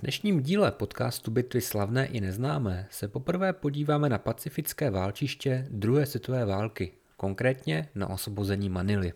dnešním díle podcastu Bitvy slavné i neznámé se poprvé podíváme na pacifické válčiště druhé světové války, konkrétně na osvobození Manily.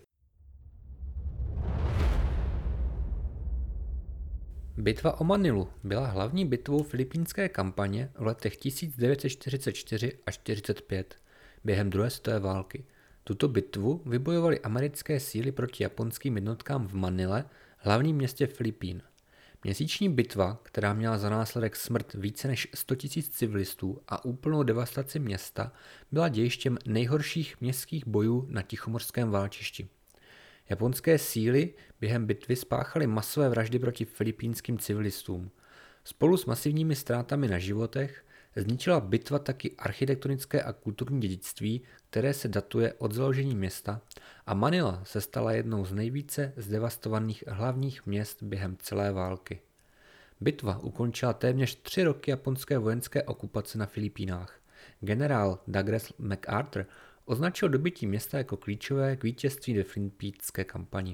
Bitva o Manilu byla hlavní bitvou filipínské kampaně v letech 1944 až 1945 během druhé světové války. Tuto bitvu vybojovaly americké síly proti japonským jednotkám v Manile, hlavním městě Filipín. Měsíční bitva, která měla za následek smrt více než 100 000 civilistů a úplnou devastaci města, byla dějištěm nejhorších městských bojů na tichomorském válčišti. Japonské síly během bitvy spáchaly masové vraždy proti filipínským civilistům. Spolu s masivními ztrátami na životech zničila bitva taky architektonické a kulturní dědictví, které se datuje od založení města, a Manila se stala jednou z nejvíce zdevastovaných hlavních měst během celé války. Bitva ukončila téměř 3 roky japonské vojenské okupace na Filipínách. Generál Douglas MacArthur označil dobytí města jako klíčové k vítězství ve filipínské kampani.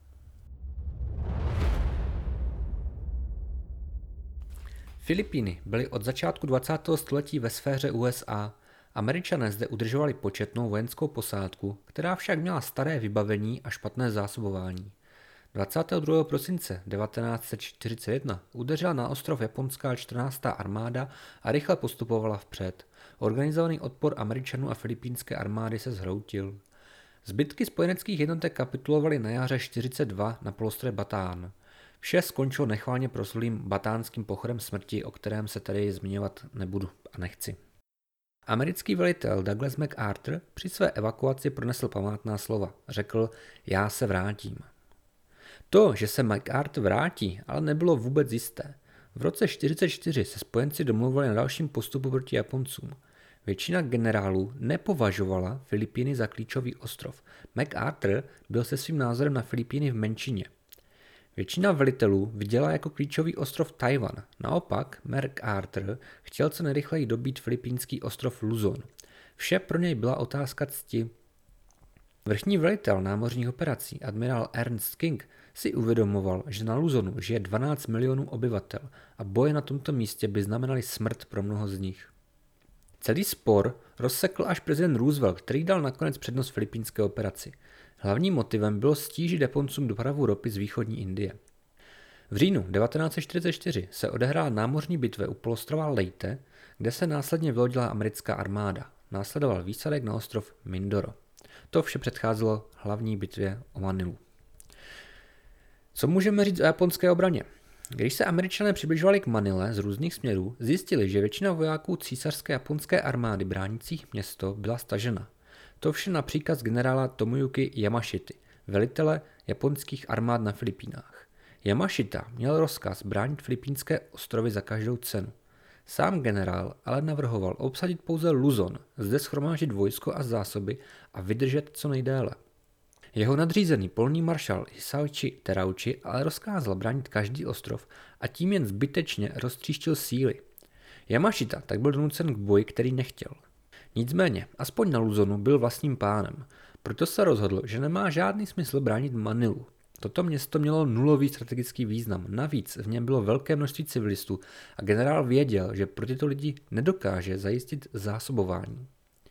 Filipíny byly od začátku 20. století ve sféře USA. Američané zde udržovali početnou vojenskou posádku, která však měla staré vybavení a špatné zásobování. 22. prosince 1941 udeřila na ostrov japonská 14. armáda a rychle postupovala vpřed. Organizovaný odpor Američanů a filipínské armády se zhroutil. Zbytky spojeneckých jednotek kapitulovaly na jaře 1942 na poloostrově Bataan. Vše skončilo nechvalně proslulým batánským pochodem smrti, o kterém se tady zmiňovat nebudu a nechci. Americký velitel Douglas MacArthur při své evakuaci pronesl památná slova. Řekl: "Já se vrátím." To, že se MacArthur vrátí, ale nebylo vůbec jisté. V roce 1944 se spojenci domluvili na dalším postupu proti Japoncům. Většina generálů nepovažovala Filipíny za klíčový ostrov. MacArthur byl se svým názorem na Filipíny v menšině. Většina velitelů viděla jako klíčový ostrov Tajvan. Naopak MacArthur chtěl co nejrychleji dobít filipínský ostrov Luzon. Vše pro něj byla otázka cti. Vrchní velitel námořních operací admirál Ernest King si uvědomoval, že na Luzonu žije 12 milionů obyvatel a boje na tomto místě by znamenaly smrt pro mnoho z nich. Celý spor rozsekl až prezident Roosevelt, který dal nakonec přednost filipínské operaci. Hlavním motivem bylo stížit Japoncům dopravu ropy z východní Indie. V říjnu 1944 se odehrála námořní bitva u poloostrova Leyte, kde se následně vylodila americká armáda. Následoval výsadek na ostrov Mindoro. To vše předcházelo hlavní bitvě o Manilu. Co můžeme říct o japonské obraně? Když se Američané přibližovali k Manile z různých směrů, zjistili, že většina vojáků císařské japonské armády bránících město byla stažena. To vše na příkaz generála Tomojuki Yamashity, velitele japonských armád na Filipínách. Yamashita měl rozkaz bránit filipínské ostrovy za každou cenu. Sám generál ale navrhoval obsadit pouze Luzon, zde shromáždit vojsko a zásoby a vydržet co nejdéle. Jeho nadřízený polní maršál Hisaichi Terauchi ale rozkázal bránit každý ostrov a tím jen zbytečně roztříštil síly. Yamashita tak byl donucen k boji, který nechtěl. Nicméně, aspoň na Luzonu byl vlastním pánem, proto se rozhodl, že nemá žádný smysl bránit Manilu. Toto město mělo nulový strategický význam, navíc v něm bylo velké množství civilistů a generál věděl, že pro tyto lidi nedokáže zajistit zásobování.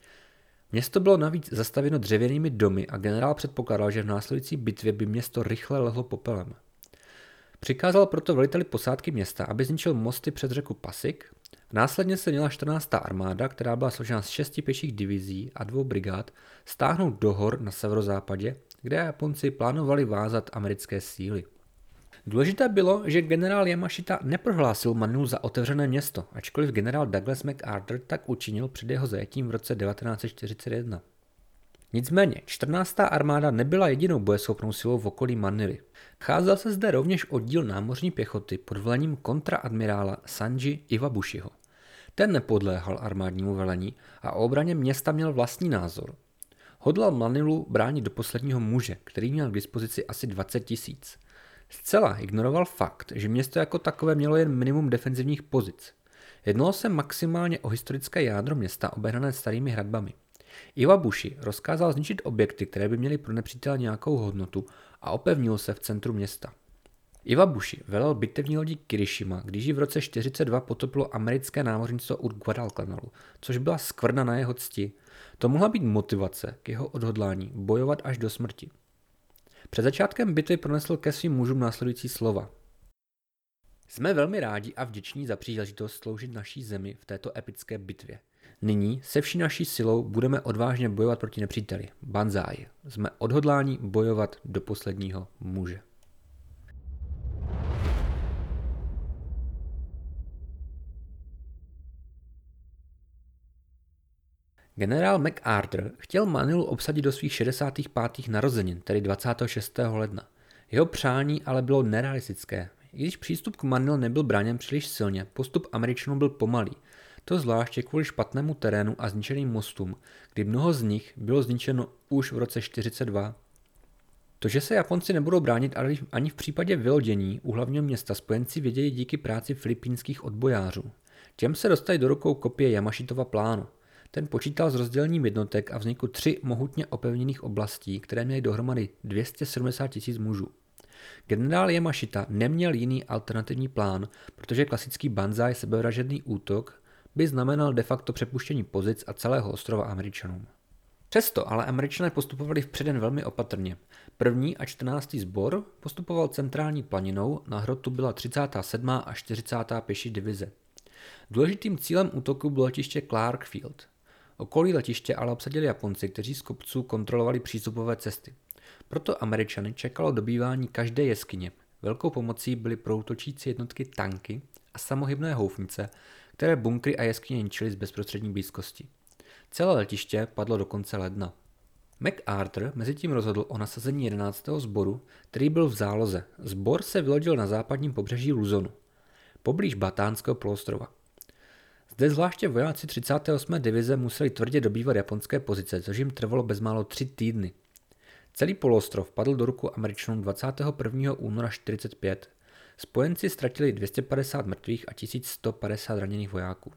Město bylo navíc zastavěno dřevěnými domy a generál předpokládal, že v následující bitvě by město rychle lehlo popelem. Přikázal proto veliteli posádky města, aby zničil mosty přes řeku Pasig. Následně se měla 14. armáda, která byla složena z 6 pěších divizí a 2 brigád, stáhnout do hor na severozápadě, kde Japonci plánovali vázat americké síly. Důležité bylo, že generál Yamashita neprohlásil Manilu za otevřené město, ačkoliv generál Douglas MacArthur tak učinil před jeho zajetím v roce 1941. Nicméně 14. armáda nebyla jedinou bojeschopnou silou v okolí Manily. Cházel se zde rovněž oddíl námořní pěchoty pod velením kontraadmirála Sanji Iwabushiho. Ten nepodléhal armádnímu velení a o obraně města měl vlastní názor. Hodlal Manilu bránit do posledního muže, který měl k dispozici asi 20 000. Zcela ignoroval fakt, že město jako takové mělo jen minimum defenzivních pozic. Jednalo se maximálně o historické jádro města obehnané starými hradbami. Iwabushi rozkázal zničit objekty, které by měly pro nepřítele nějakou hodnotu, a opevnil se v centru města. Iwabushi velel bitevní lodi Kirishima, když ji v roce 1942 potopilo americké námořnictvo u Guadalcanalu, což byla skvrna na jeho cti. To mohla být motivace k jeho odhodlání bojovat až do smrti. Před začátkem bitvy pronesl ke svým mužům následující slova. Jsme velmi rádi a vděční za příležitost sloužit naší zemi v této epické bitvě. Nyní se vší naší silou budeme odvážně bojovat proti nepříteli. Banzai. Jsme odhodláni bojovat do posledního muže. Generál MacArthur chtěl Manilu obsadit do svých 65. narozenin, tedy 26. ledna. Jeho přání ale bylo nerealistické. I když přístup k Manile nebyl bráněn příliš silně, postup Američanů byl pomalý. To zvláště kvůli špatnému terénu a zničeným mostům, kdy mnoho z nich bylo zničeno už v roce 1942. To, že se Japonci nebudou bránit ani v případě vylodění u hlavního města, spojenci věděli díky práci filipínských odbojářů. Těm se dostali do rukou kopie Yamashitova plánu. Ten počítal s rozdělením jednotek a vzniku 3 mohutně opevněných oblastí, které měly dohromady 270 000 mužů. Generál Yamashita neměl jiný alternativní plán, protože klasický banzai sebevražedný útok by znamenal de facto přepuštění pozic a celého ostrova Američanům. Přesto ale Američané postupovali vpředem velmi opatrně. 1. a 14. sbor postupoval centrální planinou, na hrotu byla 37. a 40. pěší divize. Důležitým cílem útoku bylo letiště Clarkfield. Okolí letiště ale obsadili Japonci, kteří z kopců kontrolovali přístupové cesty. Proto Američany čekalo dobývání každé jeskyně. Velkou pomocí byly proútočící jednotky tanky a samohybné houfnice, které bunkry a jeskyně ničily z bezprostřední blízkosti. Celé letiště padlo do konce ledna. MacArthur mezitím rozhodl o nasazení 11. sboru, který byl v záloze. Sbor se vylodil na západním pobřeží Luzonu, poblíž Batánského poloostrova. Zde zvláště vojáci 38. divize museli tvrdě dobývat japonské pozice, což jim trvalo bezmálo 3 týdny. Celý poloostrov padl do rukou Američanům 21. února 1945. Spojenci ztratili 250 mrtvých a 1150 raněných vojáků.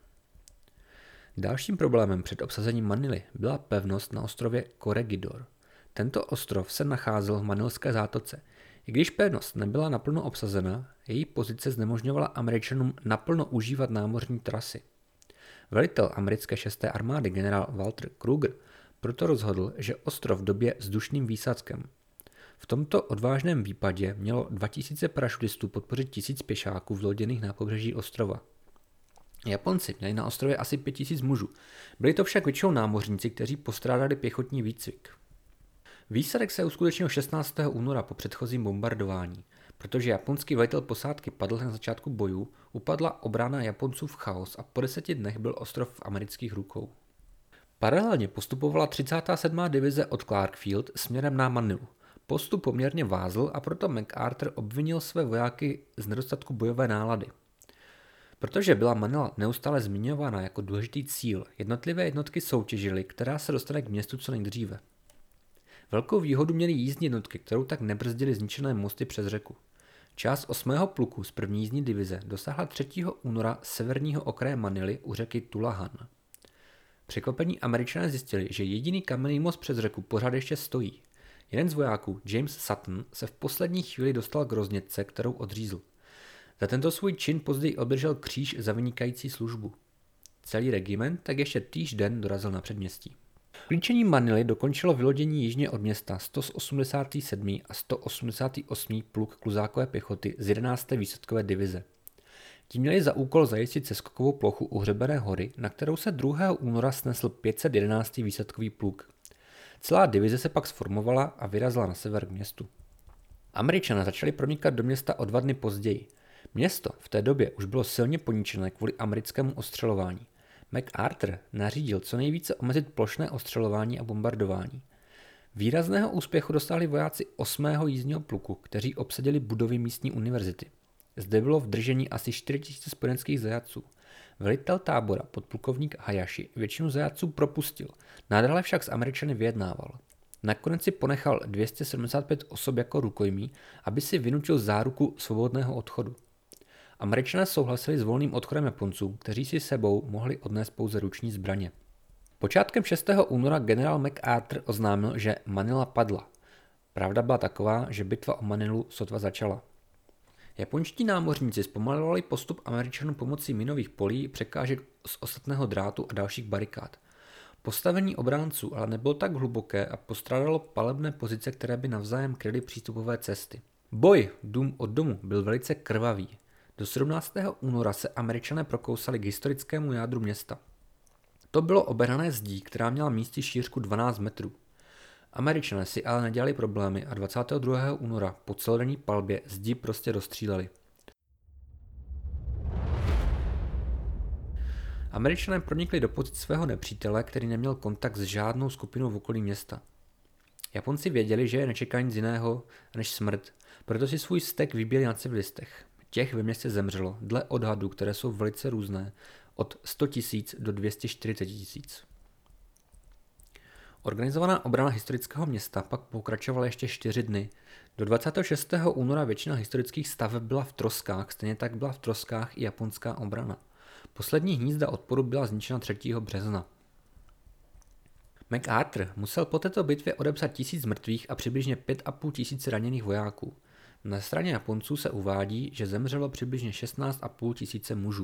Dalším problémem před obsazením Manily byla pevnost na ostrově Corregidor. Tento ostrov se nacházel v Manilské zátoce. I když pevnost nebyla naplno obsazena, její pozice znemožňovala Američanům naplno užívat námořní trasy. Velitel americké 6. armády generál Walter Kruger proto rozhodl, že ostrov dobije vzdušným výsadkem. V tomto odvážném výpadě mělo 2000 parašutistů podpořit 1000 pěšáků vloděných na pobřeží ostrova. Japonci měli na ostrově asi 5000 mužů, byli to však většinou námořníci, kteří postrádali pěchotní výcvik. Výsadek se uskutečnil 16. února po předchozím bombardování. Protože japonský velitel posádky padl na začátku bojů, upadla obrana Japonců v chaos a po 10 dnech byl ostrov v amerických rukou. Paralelně postupovala 37. divize od Clarkfield směrem na Manilu. Postup poměrně vázl a proto MacArthur obvinil své vojáky z nedostatku bojové nálady. Protože byla Manila neustále zmiňována jako důležitý cíl, jednotlivé jednotky soutěžily, která se dostane k městu co nejdříve. Velkou výhodu měly jízdní jednotky, kterou tak nebrzdily zničené mosty přes řeku. Část 8. pluku z 1. jízdní divize dosáhla 3. února severního okraje Manily u řeky Tullahan. Překvapení Američané zjistili, že jediný kamenný most přes řeku pořád ještě stojí. Jeden z vojáků, James Sutton, se v poslední chvíli dostal k roznětce, kterou odřízl. Za tento svůj čin později obdržel kříž za vynikající službu. Celý regiment tak ještě týž den dorazil na předměstí. Klíčení Manily dokončilo vylodění jižně od města 187. a 188. pluk kluzákové pěchoty z 11. výsadkové divize. Ti měli za úkol zajistit seskokovou plochu u Hřebené hory, na kterou se 2. února snesl 511. výsadkový pluk. Celá divize se pak sformovala a vyrazila na sever k městu. Američané začali pronikat do města o 2 dny později. Město v té době už bylo silně poničené kvůli americkému ostřelování. MacArthur nařídil co nejvíce omezit plošné ostřelování a bombardování. Výrazného úspěchu dosáhli vojáci 8. jízdního pluku, kteří obsadili budovy místní univerzity. Zde bylo v držení asi 4000 spojenských zajatců. Velitel tábora, podplukovník Hayashi, většinu zajatců propustil, nadále však s Američany vyjednával. Nakonec si ponechal 275 osob jako rukojmí, aby si vynutil záruku svobodného odchodu. Američané souhlasili s volným odchodem Japonců, kteří si sebou mohli odnést pouze ruční zbraně. Počátkem 6. února generál MacArthur oznámil, že Manila padla. Pravda byla taková, že bitva o Manilu sotva začala. Japonští námořníci zpomalovali postup Američanů pomocí minových polí, překážek z ostatného drátu a dalších barikád. Postavení obránců ale nebylo tak hluboké a postrádalo palebné pozice, které by navzájem kryly přístupové cesty. Boj dům od domu byl velice krvavý. Do 17. února se Američané prokousali k historickému jádru města. To bylo obehnané zdí, která měla místní šířku 12 metrů. Američané si ale nedělali problémy a 22. února po celodenní palbě zdi prostě rozstříleli. Američané pronikli do pozic svého nepřítele, který neměl kontakt s žádnou skupinou v okolí města. Japonci věděli, že je nečeká nic jiného než smrt, proto si svůj stek vybíjeli na civilistech. Těch ve městě zemřelo, dle odhadů, které jsou velice různé, od 100 000 do 240 000. Organizovaná obrana historického města pak pokračovala ještě 4 dny. Do 26. února většina historických staveb byla v troskách, stejně tak byla v troskách i japonská obrana. Poslední hnízda odporu byla zničena 3. března. MacArthur musel po této bitvě odepsat 1000 mrtvých a přibližně 5 500 raněných vojáků. Na straně Japonců se uvádí, že zemřelo přibližně 16 500 mužů.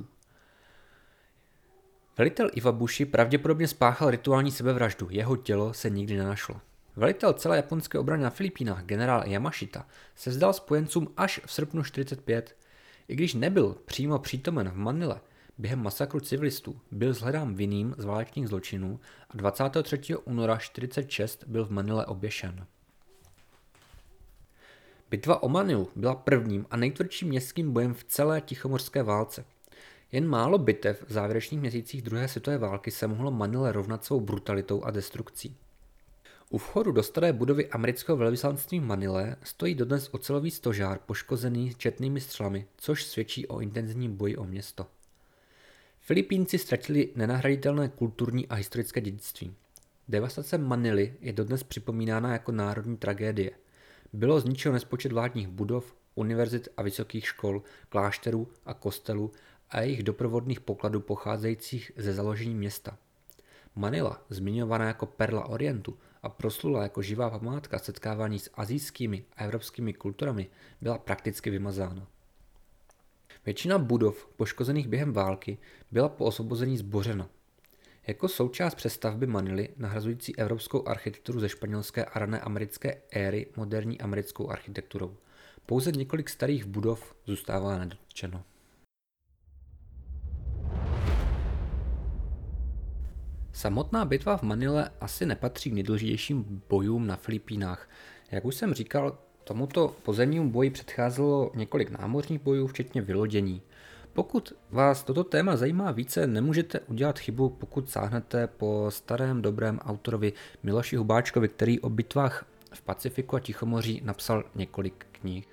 Velitel Iwabushi pravděpodobně spáchal rituální sebevraždu, jeho tělo se nikdy nenašlo. Velitel celé japonské obrany na Filipínách, generál Yamashita, se vzdal spojencům až v srpnu 1945. I když nebyl přímo přítomen v Manile během masakru civilistů, byl shledán vinným z válečných zločinů a 23. února 1946 byl v Manile oběšen. Bitva o Manilu byla prvním a nejtvrdším městským bojem v celé tichomořské válce. Jen málo bitev v závěrečných měsících druhé světové války se mohlo Manile rovnat svou brutalitou a destrukcí. U vchodu do staré budovy amerického velvyslanectví v Manile stojí dodnes ocelový stožár poškozený četnými střelami, což svědčí o intenzivním boji o město. Filipínci ztratili nenahraditelné kulturní a historické dědictví. Devastace Manily je dodnes připomínána jako národní tragédie. Bylo zničeno nespočet vládních budov, univerzit a vysokých škol, klášterů a kostelů a jejich doprovodných pokladů pocházejících ze založení města. Manila, zmiňovaná jako perla Orientu a proslula jako živá památka setkávání s asijskými a evropskými kulturami, byla prakticky vymazána. Většina budov poškozených během války byla po osvobození zbořena. Jako součást přestavby Manily, nahrazující evropskou architekturu ze španělské a rané americké éry moderní americkou architekturou. Pouze několik starých budov zůstává nedotčeno. Samotná bitva v Manile asi nepatří k nejdůležitějším bojům na Filipínách. Jak už jsem říkal, tomuto pozemnímu boji předcházelo několik námořních bojů, včetně vylodění. Pokud vás toto téma zajímá více, nemůžete udělat chybu, pokud sáhnete po starém dobrém autorovi Miloši Hubáčkovi, který o bitvách v Pacifiku a Tichomoří napsal několik knih.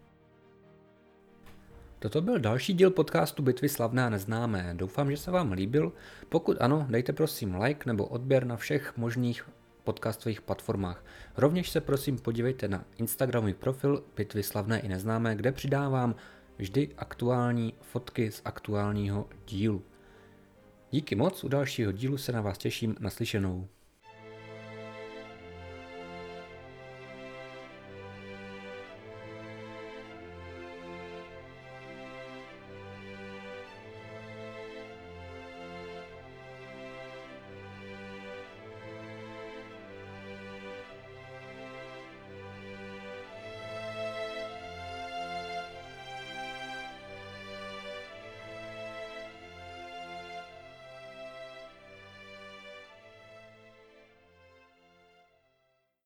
Toto byl další díl podcastu Bitvy slavné a neznámé. Doufám, že se vám líbil. Pokud ano, dejte prosím like nebo odběr na všech možných podcastových platformách. Rovněž se prosím podívejte na Instagramový profil Bitvy slavné i neznámé, kde přidávám vždy aktuální fotky z aktuálního dílu. Díky moc, u dalšího dílu se na vás těším, naslyšenou.